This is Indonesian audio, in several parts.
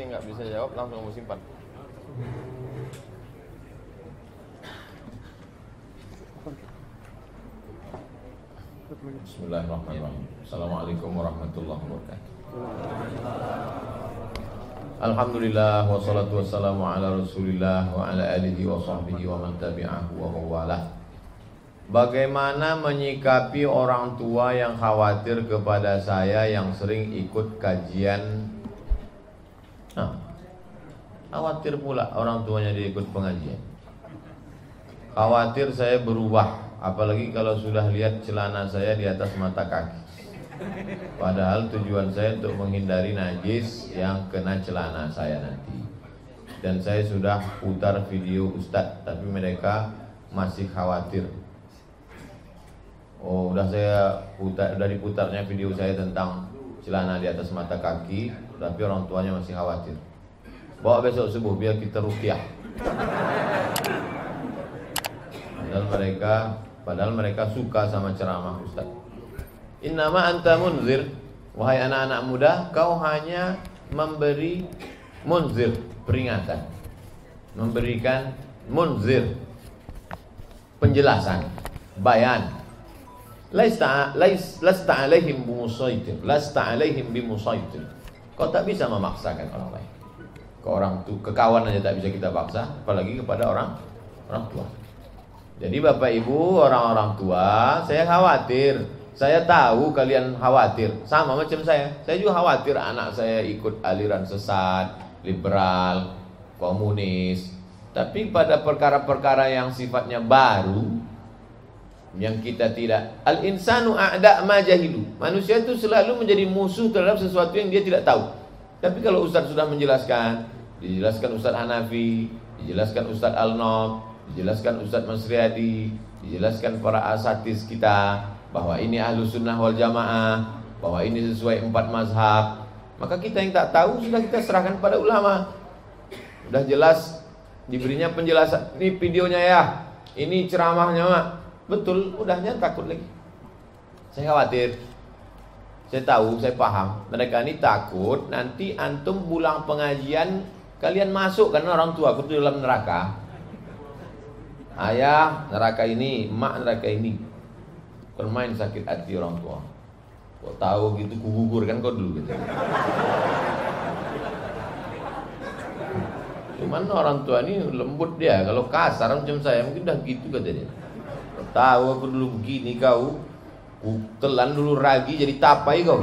nggak bisa jawab langsung kamu simpan. Bismillahirrahmanirrahim. Assalamualaikum warahmatullahi wabarakatuh. Alhamdulillah wassalatu wassalamu ala Rasulillah wa ala alihi wa sahbihi wa man tabi'ahu wa mawalah. Bagaimana menyikapi orang tua yang khawatir kepada saya yang sering ikut kajian? Khawatir pula orang tuanya dia ikut pengajian. Khawatir saya berubah, apalagi kalau sudah lihat celana saya di atas mata kaki. Padahal tujuan saya untuk menghindari najis yang kena celana saya nanti. Dan saya sudah putar video Ustadz, tapi mereka masih khawatir. Udah diputarnya video saya tentang celana di atas mata kaki, tapi orang tuanya masih khawatir. Bawa besok subuh biar kita ruqyah. Padahal mereka suka sama ceramah Ustaz. Innama anta munzir. Wahai anak-anak muda, kau hanya memberi munzir, peringatan. Memberikan munzir, penjelasan, bayan. Lasta alaihim bimusaitir. Lasta alaihim bimusaitir. Kau tak bisa memaksakan orang lain. Ke kawan aja tak bisa kita paksa, apalagi kepada orang tua. Jadi Bapak Ibu, orang-orang tua, saya khawatir. Saya tahu kalian khawatir, sama macam saya. Saya juga khawatir anak saya ikut aliran sesat, liberal, komunis. Tapi pada perkara-perkara yang sifatnya baru, yang kita tidak, al-insanu a'da' ma jahilu. Manusia itu selalu menjadi musuh terhadap sesuatu yang dia tidak tahu. Tapi kalau Ustaz sudah menjelaskan, dijelaskan Ustaz Hanafi, dijelaskan Ustaz Al-Nob, dijelaskan Ustaz Masriadi, dijelaskan para asatiz kita, bahwa ini Ahlus Sunnah wal Jamaah, bahwa ini sesuai 4 mazhab, maka kita yang tak tahu sudah kita serahkan pada ulama. Sudah jelas, diberinya penjelasan, ini videonya ya, ini ceramahnya mak, betul, udahnya takut lagi. Saya khawatir, saya tahu, saya paham, mereka ini takut nanti antum pulang pengajian kalian masuk karena orang tua aku itu dalam neraka. Ayah neraka ini, emak neraka ini. Bermain sakit hati orang tua. Kok tahu gitu, kugugur kan kau dulu gitu. Cuman orang tua ini lembut dia. Kalau kasar macam saya mungkin dah gitu katanya. Kau tahu aku dulu begini kau, ku telan dulu ragi jadi tapai kau.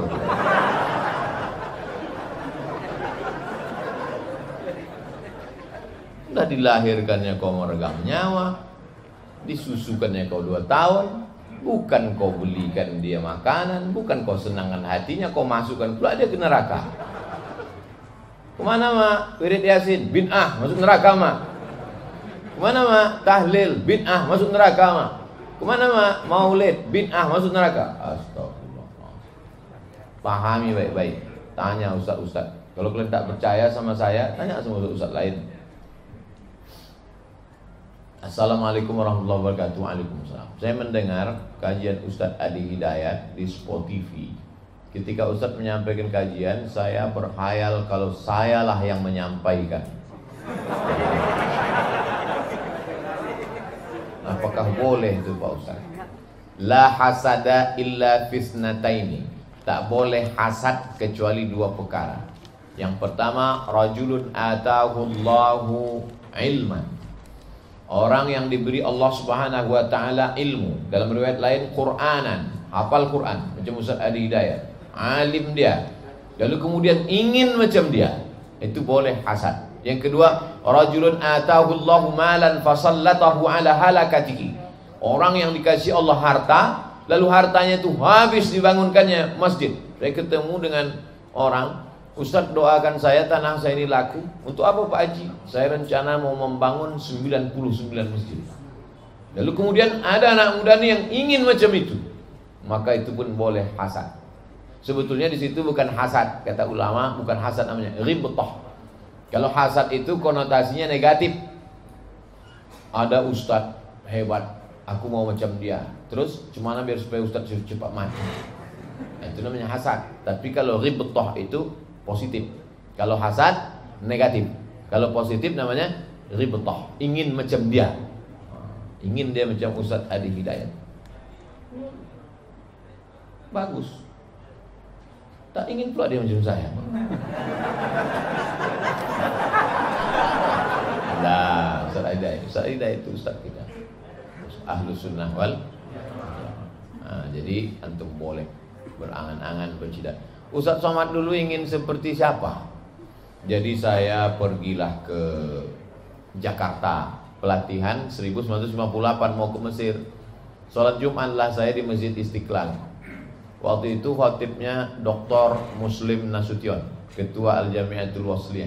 Sudah dilahirkannya kau meregang nyawa, disusukannya kau 2 tahun. Bukan kau belikan dia makanan, bukan kau senangkan hatinya, kau masukkan pula dia ke neraka. Kemana mak? Wirid Yasin, bid'ah, masuk neraka mak. Kemana mak? Tahlil, bid'ah, masuk neraka mak. Kemana mak? Maulid, bid'ah, masuk neraka. Astagfirullah. Pahami baik-baik. Tanya ustaz-ustaz. Kalau kalian tak percaya sama saya, tanya sama ustaz lain. Assalamualaikum warahmatullahi wabarakatuh. Waalaikumsalam. Saya mendengar kajian Ustaz Adi Hidayat di Spotify. Ketika Ustaz menyampaikan kajian, saya berkhayal kalau sayalah yang menyampaikan. Apakah boleh itu Pak Ustaz? La hasada illa fisnataini. Tak boleh hasad kecuali 2 perkara. Yang pertama, rajulun atahullahu ilman. Orang yang diberi Allah Subhanahu wa taala ilmu. Dalam riwayat lain Qur'anan, hafal Quran macam Ustaz Adi Hidayat, alim dia. Lalu kemudian ingin macam dia, itu boleh hasad. Yang kedua, rajulun atahullahu malan fasallatahu ala halakatihi. Orang yang dikasih Allah harta, lalu hartanya itu habis dibangunkannya masjid. Saya ketemu dengan orang, Ustaz doakan saya tanah saya ini laku. Untuk apa Pak Haji? Saya rencana mau membangun 99 masjid. Lalu kemudian ada anak muda nih yang ingin macam itu. Maka itu pun boleh hasad. Sebetulnya di situ bukan hasad, kata ulama, bukan hasad namanya, ghibthah. Kalau hasad itu konotasinya negatif. Ada ustaz hebat, aku mau macam dia. Terus gimana biar supaya ustaz cepat mati? Itu namanya hasad. Tapi kalau ghibthah itu positif. Kalau hasad negatif. Kalau positif namanya ribtah, ingin macam dia. Ingin dia macam Ustaz Adi Hidayat. Bagus. Tak ingin pula dia macam saya. Nah, Ustaz Hidayat itu Ustaz kita, Ahlus Sunnah wal. Jadi antum boleh berangan-angan bercita. Ustaz Somad dulu ingin seperti siapa? Jadi saya pergilah ke Jakarta, pelatihan 1958 mau ke Mesir. Salat Jumat lah saya di Masjid Istiqlal. Waktu itu khatibnya Dr. Muslim Nasution, Ketua Al-Jamiatul Wasliyah.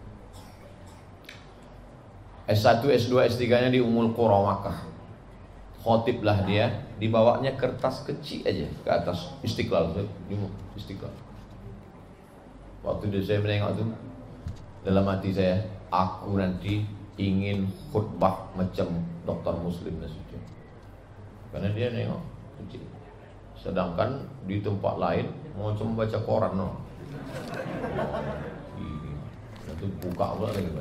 S1, S2, S3-nya di Ummul Qura Makkah. Khatib lah dia, dibawanya kertas kecil aja ke atas Istiqlal, di Istiqlal. Waktu itu saya menengok tuh, dalam hati saya, aku nanti ingin khutbah macam Dr. Muslim Nasution. Karena dia nengok kecil. Sedangkan di tempat lain mau cuma baca koran no. Itu buka pula lagi.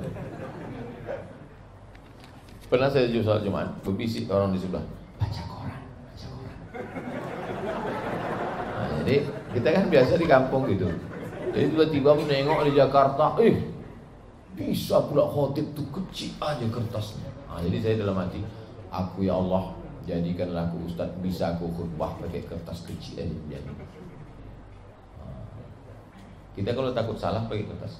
Pernah saya salat Jumat, berbisik orang di sebelah, baca koran. Jadi kita kan biasa di kampung gitu. Jadi tiba-tiba menengok di Jakarta, bisa pula khotib tuh kecil aja kertasnya. Jadi saya dalam hati, aku ya Allah, jadikanlah aku Ustaz, bisa aku khutbah pakai kertas kecil aja jadi. Kita kalau takut salah pakai kertas.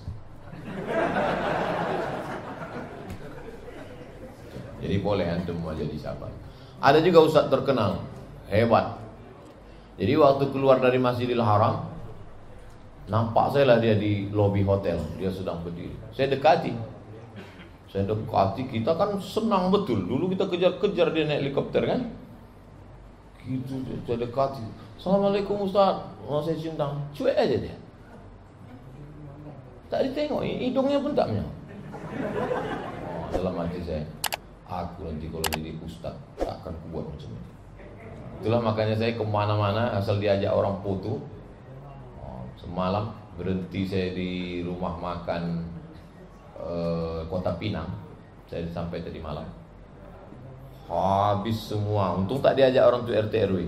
Jadi boleh antum mau jadi siapa. Ada juga Ustaz terkenal, hebat. Jadi waktu keluar dari Masjidil Haram, nampak saya lah dia di lobi hotel, dia sedang berdiri. Saya dekati, kita kan senang betul. Dulu kita kejar-kejar dia naik helikopter kan. Gitu, saya dekati. Assalamualaikum Ustaz, mau saya cium tangan. Cuek aja dia. Tak ditengok, hidungnya pun tak menyala. Dalam hati saya, aku nanti kalau jadi Ustaz takkan kuat macam ini. Itulah makanya saya kemana-mana asal diajak orang foto. Semalam berhenti saya di rumah makan Kota Pinang. Saya sampai tadi malam. Habis semua. Untung tak diajak orang tu RT RW.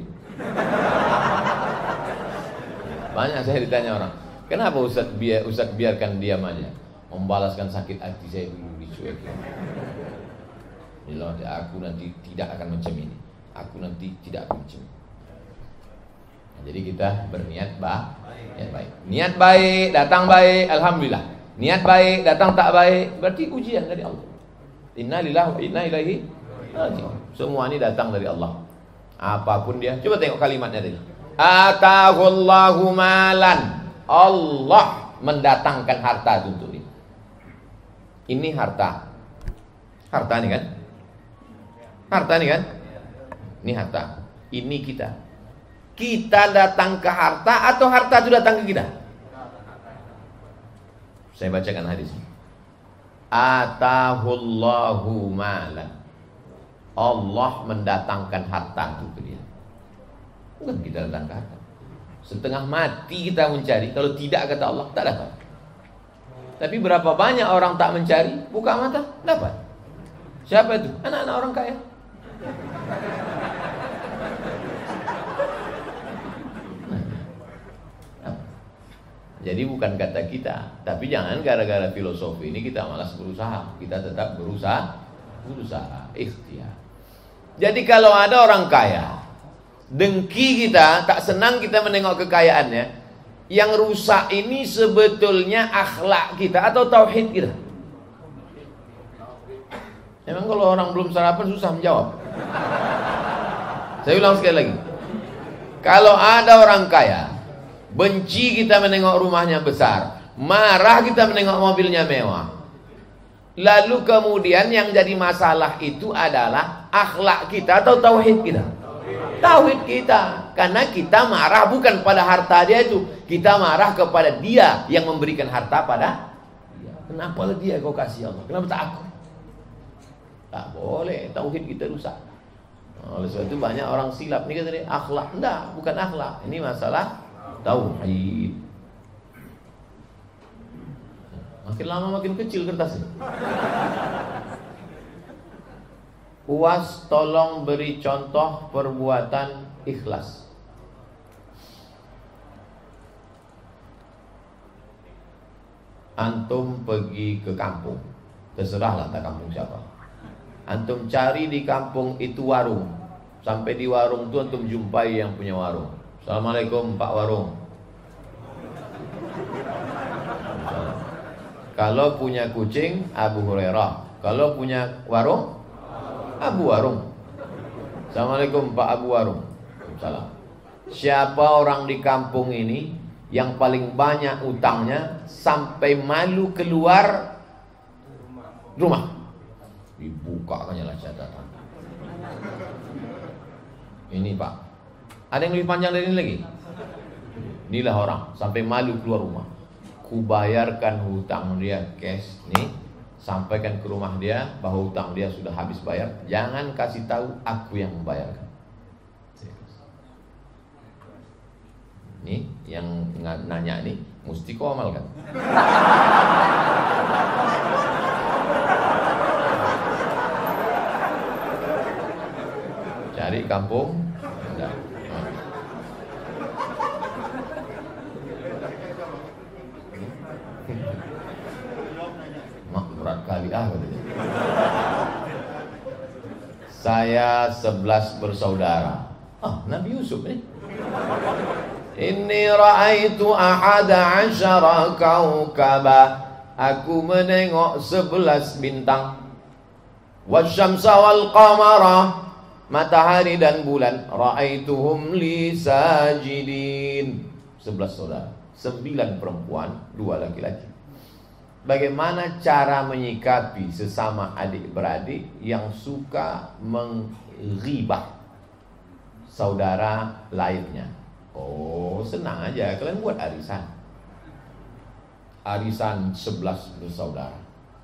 Banyak saya ditanya orang, kenapa Ustaz biarkan diam aja? Membalaskan sakit hati saya dulu dicuekin. Bilang aku nanti tidak akan macam ini. Aku nanti tidak akan macam ini. Jadi kita berniat baik. Niat baik, datang baik, alhamdulillah. Niat baik, datang tak baik, berarti ujian dari Allah. Inna lillahi wa inna ilaihi raji'un. Semua ini datang dari Allah. Apapun dia. Coba tengok kalimatnya tadi. Atahullahu malan. Allah mendatangkan harta untuk ini. Ini harta. Harta ini kan? Harta ini kan? Ini harta. Ini kita. Kita datang ke harta atau harta itu datang ke kita? Saya bacakan hadis. Atahullahu malan. Allah mendatangkan harta itu ke dia. Bukan kita datang ke harta. Setengah mati kita mencari, kalau tidak kata Allah tak dapat. Tapi berapa banyak orang tak mencari, buka mata dapat. Siapa itu? Anak-anak orang kaya. Jadi bukan kata kita, tapi jangan gara-gara filosofi ini kita malas berusaha. Kita tetap berusaha, ikhtiar. Jadi kalau ada orang kaya, dengki kita, tak senang kita menengok kekayaannya, yang rusak ini sebetulnya akhlak kita atau tauhid kita. Memang kalau orang belum sarapan susah menjawab. Saya ulang sekali lagi. Kalau ada orang kaya, benci kita menengok rumahnya besar, marah kita menengok mobilnya mewah. Lalu kemudian yang jadi masalah itu adalah akhlak kita atau tauhid kita? Tauhid kita. Karena kita marah bukan pada harta dia itu, kita marah kepada dia yang memberikan harta pada dia. Kenapa dia kau kasih Allah? Kenapa tak aku? Tak boleh, tauhid kita rusak. Oleh sebab itu banyak orang silap ni kata dia akhlak. Enggak, bukan akhlak. Ini masalah tauhid. Makin lama makin kecil kertasnya. Uwas, tolong beri contoh perbuatan ikhlas. Antum pergi ke kampung, terserahlah tak kampung siapa. Antum cari di kampung itu warung. Sampai di warung itu antum jumpai yang punya warung. Assalamualaikum Pak Warung. Kalau punya kucing, Abu Hurairah. Kalau punya warung, Abu Warung. Assalamualaikum Pak Abu Warung. Salam. Siapa orang di kampung ini yang paling banyak utangnya sampai malu keluar rumah? Dibukakannya lah catatan. Ini Pak. Ada yang lebih panjang dari ini lagi? Inilah orang sampai malu keluar rumah. Kubayarkan hutang dia cash nih, sampaikan ke rumah dia bahwa hutang dia sudah habis bayar. Jangan kasih tahu aku yang membayarkan. Nih yang nanya nih mesti kau amalkan. Cari kampung. Enggak. Mak berat kali katanya. Saya 11 bersaudara. Nabi Yusuf nih. Inni ra'aitu ahada asyara kaukaba. Aku menengok 11 bintang. Wasyamsa wal qamara, matahari dan bulan. Ra'aituhum li sajidin. 11 saudara, 9 perempuan, 2 laki-laki. Bagaimana cara menyikapi sesama adik-beradik yang suka menghibah saudara lainnya? Oh, senang aja, kalian buat arisan. Arisan 11 bersaudara.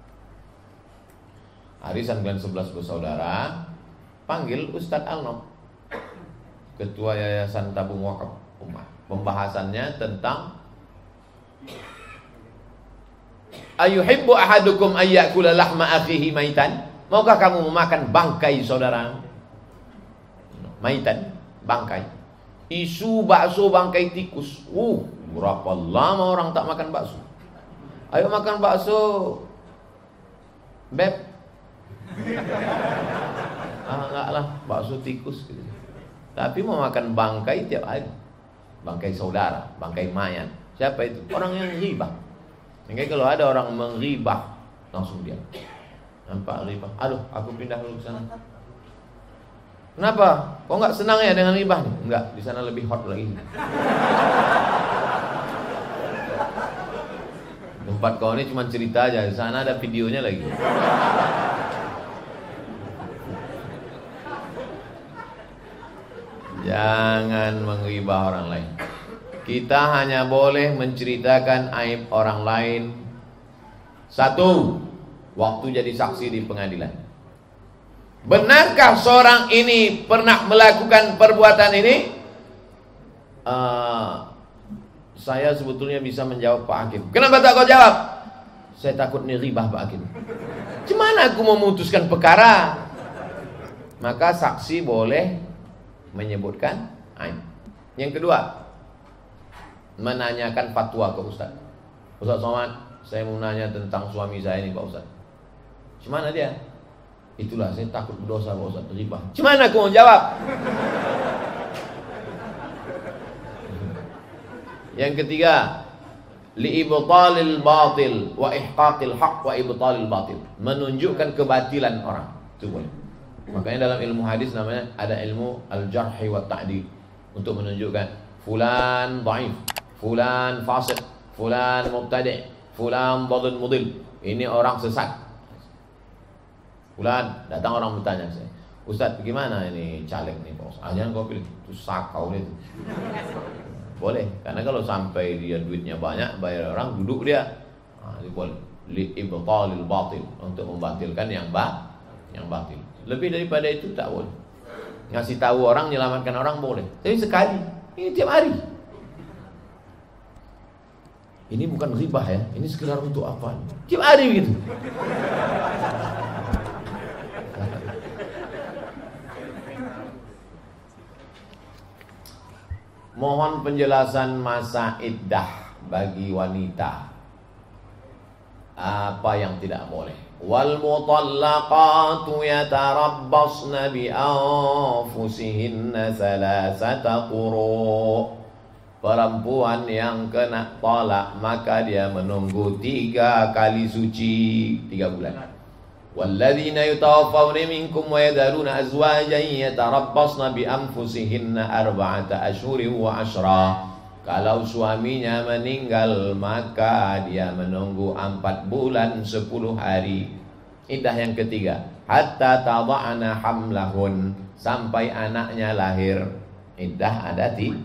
Arisan kalian 11 bersaudara. Panggil Ustadz Alno, Ketua Yayasan Tabung Wakaf Umat. Pembahasannya tentang ayuhibbu ahadukum ayyakula lahma akhihi maitan. Maukah kamu memakan bangkai saudara? Maitan, bangkai. Isu bakso bangkai tikus. Berapa lama orang tak makan bakso? Ayo makan bakso, Beb. Enggak lah, bakso tikus gitu. Tapi mau makan bangkai tiap hari. Bangkai saudara, bangkai mayat. Siapa itu? Orang yang ghibah. Sehingga kalau ada orang menghibah, langsung dia nampak ghibah. Aduh, aku pindah dulu ke sana. Kenapa? Kok nggak senang ya dengan ghibah nih? Enggak, di sana lebih hot lagi. Tempat kau ini cuma cerita aja, di sana ada videonya lagi. Jangan menghibah orang lain. Kita hanya boleh menceritakan aib orang lain. 1, waktu jadi saksi di pengadilan. Benarkah seorang ini pernah melakukan perbuatan ini? Saya sebetulnya bisa menjawab Pak Hakim. Kenapa tak kau jawab? Saya takut nih ribah Pak Hakim. Gimana aku memutuskan perkara? Maka saksi boleh menyebutkan aib. Yang kedua, menanyakan fatwa ke Ustaz. Ustaz Somad, saya mau nanya tentang suami saya ini Pak Ustaz. Gimana dia? Itulah saya takut berdosa Pak Ustaz, ribah. Gimana aku mau jawab? Yang ketiga, li'ibtalil batil wa ihqaqil haq wa ibtalil batil. Menunjukkan kebatilan orang. Itu boleh. Makanya dalam ilmu hadis namanya ada ilmu al-jarh wa ta'dil, untuk menunjukkan fulan dhaif, fulan fasik, fulan mubtadi', fulan dhalun mudil. Ini orang sesat. Fulan, datang orang bertanya saya, Ustaz, gimana ini caleg nih Pak Ustaz? Jangan kau pilih, itu sakau itu. Boleh, karena kalau sampai dia duitnya banyak, bayar orang, duduk dia. Itu boleh. Li'ibtalil batil, untuk membatilkan yang batil. Lebih daripada itu tak boleh. Ngasih tahu orang, menyelamatkan orang boleh. Tapi sekali, ini tiap hari. Ini bukan riba ya, ini sekedar untuk apa? Tiap hari begitu. Mohon penjelasan masa iddah bagi wanita. Apa yang tidak boleh? Wal mutallaqatu yatarabbasna bi anfusihinna thalathata quru'. Perempuan yang kena talak maka dia menunggu 3 kali suci 3 bulan. Walladzina yutawaffawna minkum wa yadharuna azwajan yatarabbasna bi anfusihinna arba'ata ashhurin wa 'ashra. Kalau suaminya meninggal maka dia menunggu 4 bulan 10 hari. Iddah yang ketiga, hatta tada'na hamlahun, sampai anaknya lahir. Iddah ada 3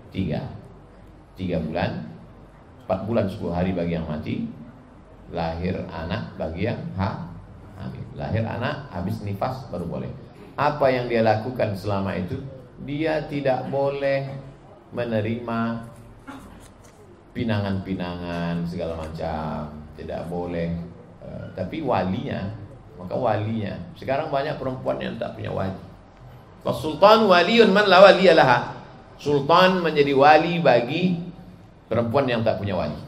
bulan, 4 bulan 10 hari bagi yang mati, lahir anak bagi yang hamil. Lahir anak habis nifas baru boleh. Apa yang dia lakukan selama itu? Dia tidak boleh menerima pinangan-pinangan segala macam, tidak boleh. Tapi walinya, maka walinya. Sekarang banyak perempuan yang tak punya wali. Sultan waliyun man la waliyalaha. Sultan menjadi wali bagi perempuan yang tak punya wali.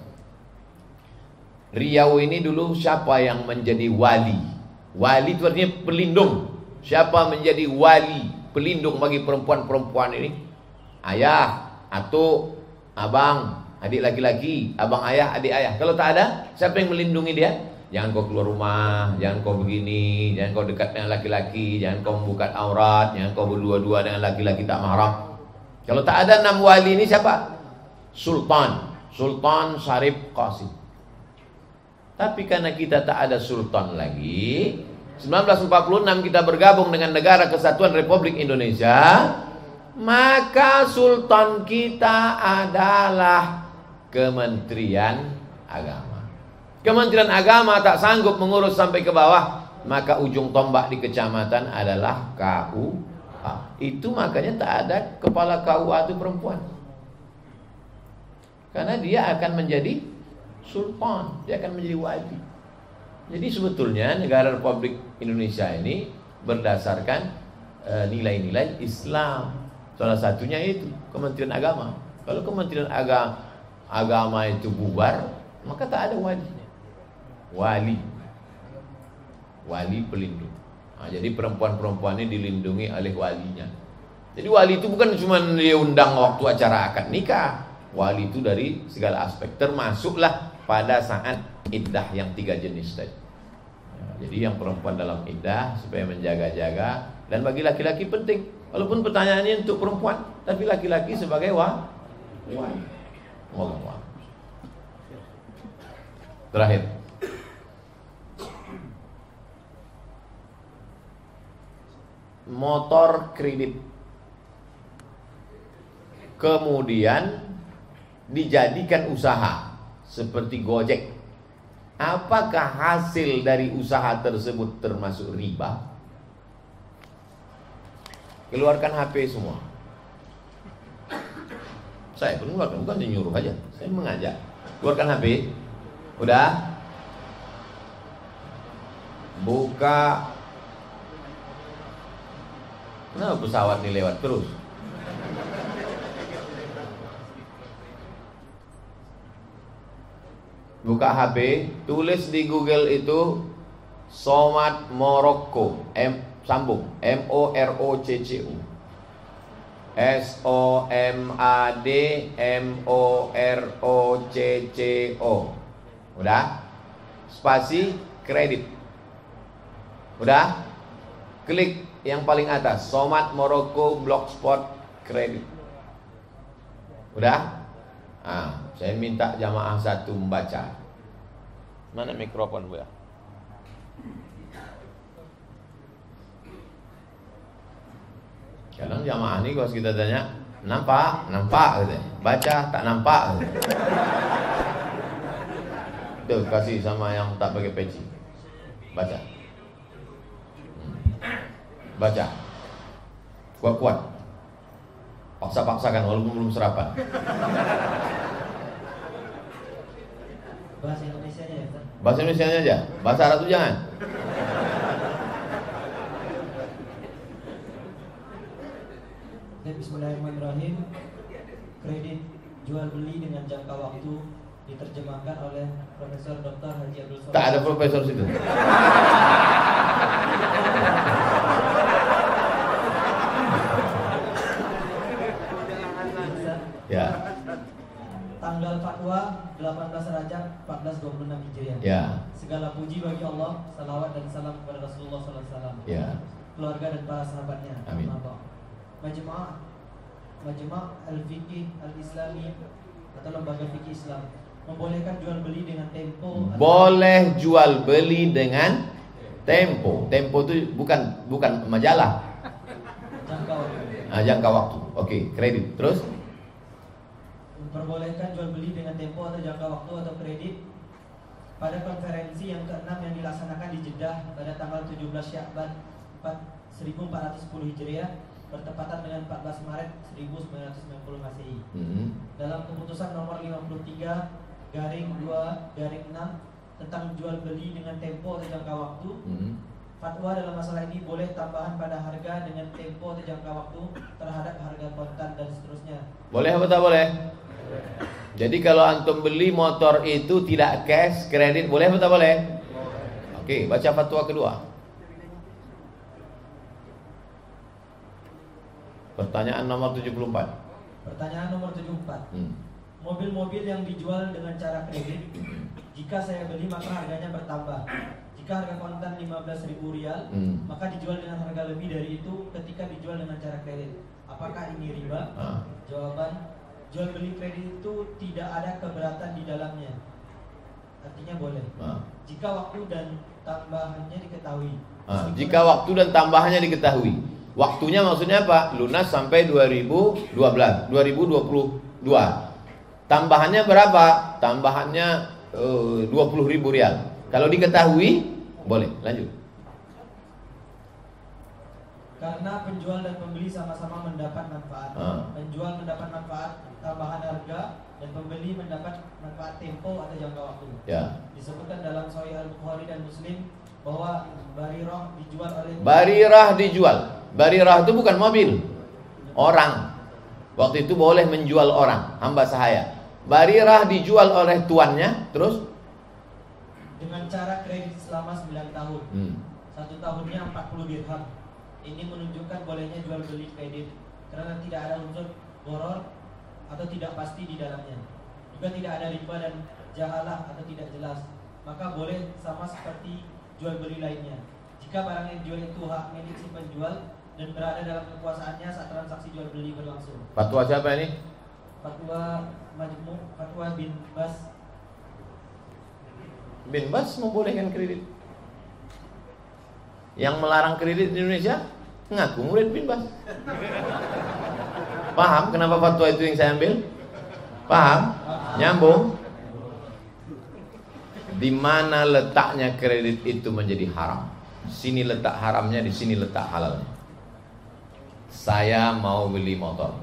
Riau ini dulu siapa yang menjadi wali? Wali itu artinya pelindung. Siapa menjadi wali, pelindung bagi perempuan-perempuan ini? Ayah, atuk, abang, adik laki-laki, abang ayah, adik ayah. Kalau tak ada, siapa yang melindungi dia? Jangan kau keluar rumah, jangan kau begini, jangan kau dekat dengan laki-laki, jangan kau membuka aurat, jangan kau berdua-dua dengan laki-laki tak mahram. Kalau tak ada 6 wali ini siapa? Sultan, Sultan Syarif Qasim. Tapi karena kita tak ada sultan lagi, 1946 kita bergabung dengan Negara Kesatuan Republik Indonesia, maka sultan kita adalah Kementerian Agama. Kementerian Agama tak sanggup mengurus sampai ke bawah, maka ujung tombak di kecamatan adalah KUA. Itu makanya tak ada kepala KUA itu perempuan, karena dia akan menjadi sultan, dia akan menjadi wali. Jadi sebetulnya negara Republik Indonesia ini berdasarkan nilai-nilai Islam. Salah satunya itu Kementerian Agama. Kalau Kementerian Agama itu bubar, maka tak ada walinya. Wali pelindung. Nah, jadi perempuan-perempuan ini dilindungi oleh walinya. Jadi wali itu bukan cuma dia undang waktu acara akad nikah. Wali itu dari segala aspek, termasuklah pada saat iddah yang 3 jenis tadi. Jadi yang perempuan dalam iddah supaya menjaga-jaga, dan bagi laki-laki penting. Walaupun pertanyaannya untuk perempuan, tapi laki-laki sebagai wali. Terakhir, motor kredit kemudian dijadikan usaha seperti Gojek. Apakah hasil dari usaha tersebut termasuk riba? Keluarkan HP semua. Saya pun keluarkan, bukan nyuruh aja, saya mengajak. Keluarkan HP. Udah? Buka. Kenapa pesawat ini lewat terus? Buka HP, tulis di Google itu Somad Morocco, sambung MOROCCO, SOMAD MOROCCO. Udah? Spasi kredit. Udah? Klik yang paling atas, Somad Morocco Blogspot kredit. Udah? Saya minta jamaah satu membaca. Mana mikrofon Bu ya? Kadang jamaah ini kalau kita tanya, nampak? Nampak gitu. Baca, tak nampak gitu. Tuh, kasih sama yang tak pakai peci. Baca. Baca. Kuat-kuat. Paksa-paksakan walaupun belum serapan. Bahasa Indonesia aja ya, Ustaz. Bahasa Indonesia aja. Bahasa Arab tuh jangan. Bismillahirrahmanirrahim. Kredit jual beli dengan jangka waktu diterjemahkan oleh Profesor Dr. Haji Abdul Somad. Tak ada profesor situ. Ya. Tanggal fatwa 18 Rajab 1426 Hijriah. Ya. Segala puji bagi Allah, salawat dan salam kepada Rasulullah SAW, Ya. keluarga dan para sahabatnya. Amin. Majma' Al-Fiqih Al-Islami atau lembaga fikih Islam membolehkan jual beli dengan tempo. Boleh jual beli dengan tempo. Tempo itu bukan majalah. Jangka waktu. Jangka waktu. Oke, kredit. Terus? Memperbolehkan jual beli dengan tempo atau jangka waktu atau kredit pada konferensi yang ke-6 yang dilaksanakan di Jeddah pada tanggal 17 Sya'ban 1410 Hijriah bertepatan dengan 14 Maret 1990 Masehi. Dalam keputusan nomor 53/2/6 tentang jual beli dengan tempo atau jangka waktu, fatwa dalam masalah ini boleh tambahan pada harga dengan tempo atau jangka waktu terhadap harga kontan dan seterusnya. Boleh atau tak boleh? Jadi kalau antum beli motor itu tidak cash, kredit, boleh atau tak boleh? Oke, baca fatwa kedua. Pertanyaan nomor 74. Pertanyaan nomor 74. Mobil-mobil yang dijual dengan cara kredit, jika saya beli maka harganya bertambah. Jika harga kontan 15.000 rial, maka dijual dengan harga lebih dari itu ketika dijual dengan cara kredit. Apakah ini riba? Jawaban, jual beli kredit itu tidak ada keberatan di dalamnya. Artinya boleh. Jika waktu dan tambahannya diketahui. Jika waktu dan tambahannya diketahui. Waktunya maksudnya apa? Lunas sampai 2022. Tambahannya berapa? Tambahannya 20.000 rial. Kalau diketahui, boleh. Lanjut. Karena penjual dan pembeli sama-sama mendapat manfaat. Penjual mendapat manfaat tambahan harga dan pembeli mendapat manfaat tempo atau jangka waktu. Ya. Disebutkan dalam Sahih Al-Bukhari dan Muslim bahwa Barirah dijual oleh Barirah itu bukan mobil, orang. Waktu itu boleh menjual orang, hamba sahaya. Barirah dijual oleh tuannya, terus dengan cara kredit selama 9 tahun. 1 tahunnya 40 dirham. Ini menunjukkan bolehnya jual beli kredit karena tidak ada unsur gharar atau tidak pasti di dalamnya. Juga tidak ada riba dan jahalah atau tidak jelas. Maka boleh sama seperti jual beli lainnya. Jika barang yang dijual itu hak milik si penjual dan berada dalam kekuasaannya saat transaksi jual beli berlangsung. Fatwa siapa ini? Fatwa Majmu', Fatwa bin Bas. Bin Bas membolehkan kredit. Yang melarang kredit di Indonesia ngaku murid bin Bas. Paham kenapa fatwa itu yang saya ambil? Paham? Nyambung? Di mana letaknya kredit itu menjadi haram? Sini letak haramnya, di sini letak halalnya. Saya mau beli motor.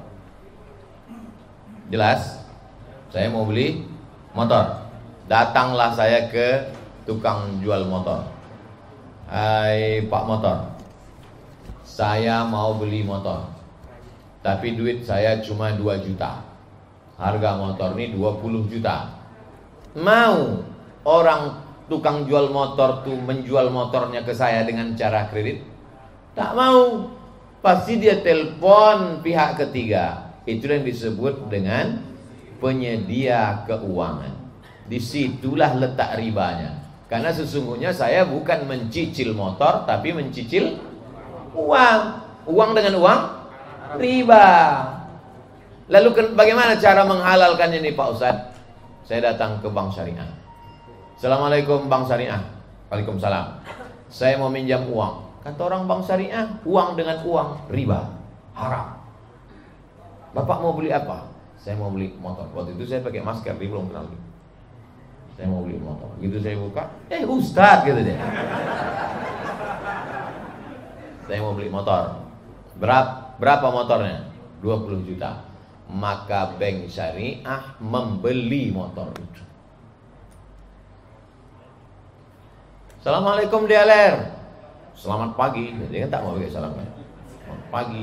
Jelas? Saya mau beli motor. Datanglah saya ke tukang jual motor. Hai Pak Motor, saya mau beli motor, tapi duit saya cuma 2 juta. Harga motor ini 20 juta. Mau orang tukang jual motor tuh menjual motornya ke saya dengan cara kredit? Tak mau. Pasti dia telepon pihak ketiga. Itu yang disebut dengan penyedia keuangan. Disitulah letak ribanya. Karena sesungguhnya saya bukan mencicil motor, tapi mencicil uang. Uang dengan uang riba. Lalu bagaimana cara menghalalkannya ini Pak Ustadz? Saya datang ke Bank Syariah. Assalamualaikum Bank Syariah. Waalaikumsalam. Saya mau minjam uang. Kata orang Bank Syariah, uang dengan uang riba, haram. Bapak mau beli apa? Saya mau beli motor. Waktu itu saya pakai masker, dia belum kenal. Saya mau beli motor. Gitu saya buka, Ustadz gitu deh. Saya mau beli motor. Berapa motornya? 20 juta. Maka Bank Syariah membeli motor itu. Assalamualaikum DLR. Selamat pagi. Dia kan tak mau pakai salam kan. Selamat pagi.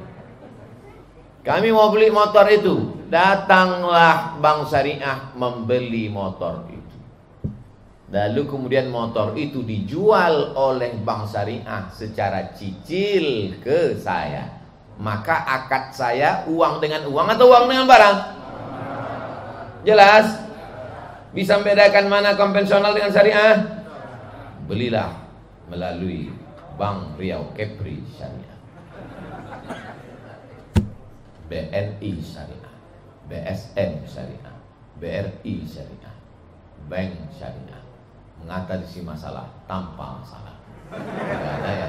Kami mau beli motor itu. Datanglah Bank Syariah membeli motor itu. Lalu kemudian motor itu dijual oleh Bank Syariah secara cicil ke saya. Maka akad saya uang dengan uang atau uang dengan barang? Jelas? Bisa membedakan mana konvensional dengan syariah? Belilah melalui Bank Riau Kepri Syariah, BNI Syariah, BSN Syariah, BRI Syariah, Bank Syariah. Mengatasi masalah tanpa masalah. Tidak ada yang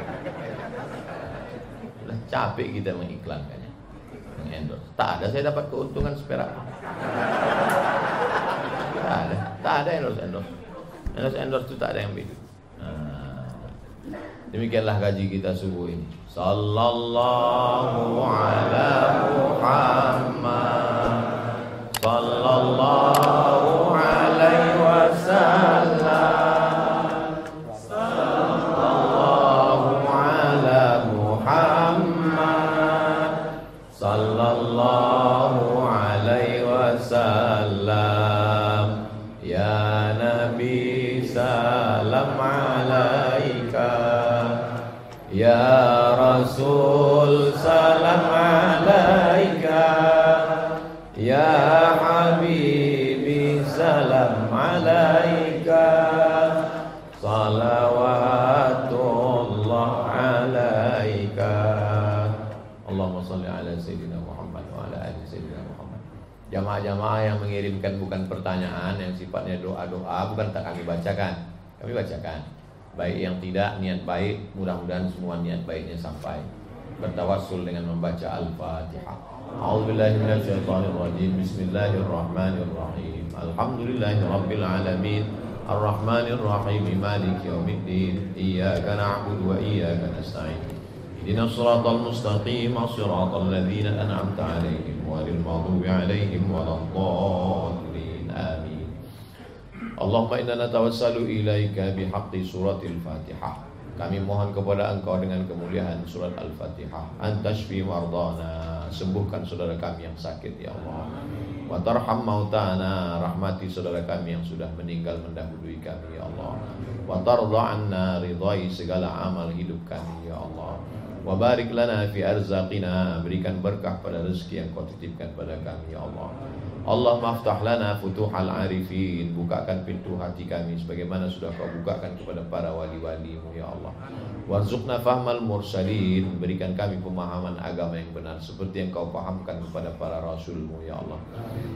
sudah capek kita mengiklankannya, mengendorse. Tak ada saya dapat keuntungan seperak. Tak ada endorse itu tak ada yang begitu. Demikianlah gaji kita subuh ini. Sallallahu ala Muhammad, sallallahu alaihi wasallam, sallallahu ala Muhammad, sallallahu alaihi wasallam. Ya Nabi salam alaika, ya Rasul salam alaika, ya Habibi salam alaika, salawatullah alaika. Allahumma salli ala Sayyidina Muhammad wa ala ali Sayyidina Muhammad. Jamaah-jamaah yang mengirimkan bukan pertanyaan, yang sifatnya doa-doa, bukan tak kami bacakan. Kami bacakan. Baik yang tidak, niat baik, mudah-mudahan semua niat baiknya sampai. Bertawassul dengan membaca Al-Fatihah. A'udzubillahi minasyaitonirrajim. Bismillahirrahmanirrahim. Alhamdulillahirabbil alamin. Arrahmanirrahim. Maliki yaumiddin. Iyyaka na'budu wa iyyaka nasta'in. Ihdinas siratal mustaqim. Shiratal ladzina an'amta 'alaihim ghairil maghdubi 'alaihim waladdallin. Amin. Allahumma inna natawassalu ilaika bihaqqi suratil Fatihah. Kami mohon kepada Engkau dengan kemuliaan surat Al-Fatihah. Antashfi mardana, sembuhkan saudara kami yang sakit ya Allah. Wa tarham mautana, rahmati saudara kami yang sudah meninggal mendahului kami ya Allah. Wa tardha anna, ridai segala amal hidup kami ya Allah. Wa barik lana fi arzaqina, berikan berkah pada rezeki yang Kau titipkan pada kami ya Allah. Allahumma aftah lana futuhal arifin, bukakan pintu hati kami sebagaimana sudah Kau bukakan kepada para wali-wali-Mu ya Allah. Warzuqna fahmal mursalin, berikan kami pemahaman agama yang benar seperti yang Kau pahamkan kepada para rasul-Mu ya Allah.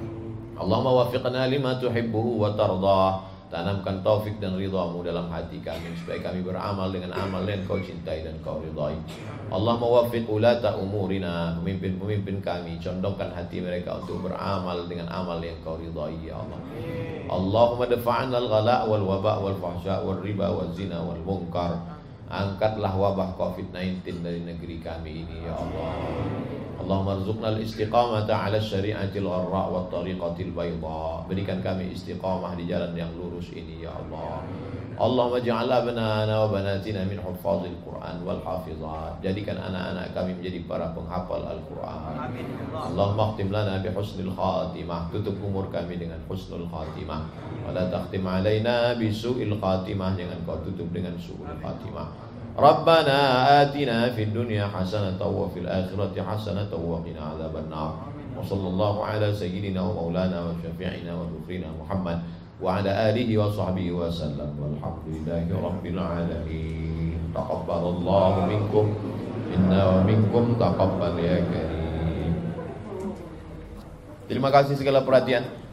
Allahumma wafiqna lima tuhibbu wa tardah, tanamkan taufik dan ridha-Mu dalam hati kami supaya kami beramal dengan amal yang Kau cintai dan Kau ridhai. Allahumma waffiq ulata umurina, pemimpin-pemimpin kami, condongkan hati mereka untuk beramal dengan amal yang Kau ridhai ya Allah. Allahumma dafa'na al-ghala' wal waba' wal fahsya' wal riba wal zina wal munkar. Angkatlah wabah COVID-19 dari negeri kami ini ya Allah. Allahumma rzuqna al-istiqamata 'ala syari'atil gharra' wa tariqatil bayda. Berikan kami istiqamah di jalan yang lurus ini ya Allah. Allahumma ja'al abnana wa banatina min huffazil Qur'an wal hafizat. Jadikan anak-anak kami menjadi para penghafal Al-Qur'an. Allahumma khtim lana bi husnil khatimah. Tutup umur kami dengan husnul khatimah. Wa la takhtim alaina bi su'il khatimah. Jangan Kau tutup dengan su'ul khatimah. Rabbana atina fid dunya hasanatan wa fil akhirati hasanatan wa qina adzabannar. Wa sallallahu ala sayyidina wa maulana wa syafi'ina wa dhukrina Muhammad wa ala alihi wa sahbihi wa sallam. Walhamdulillahi rabbil alamin. Taqabbalallahu minkum inna wa minkum taqabbal ya karim. Terima kasih segala perhatian.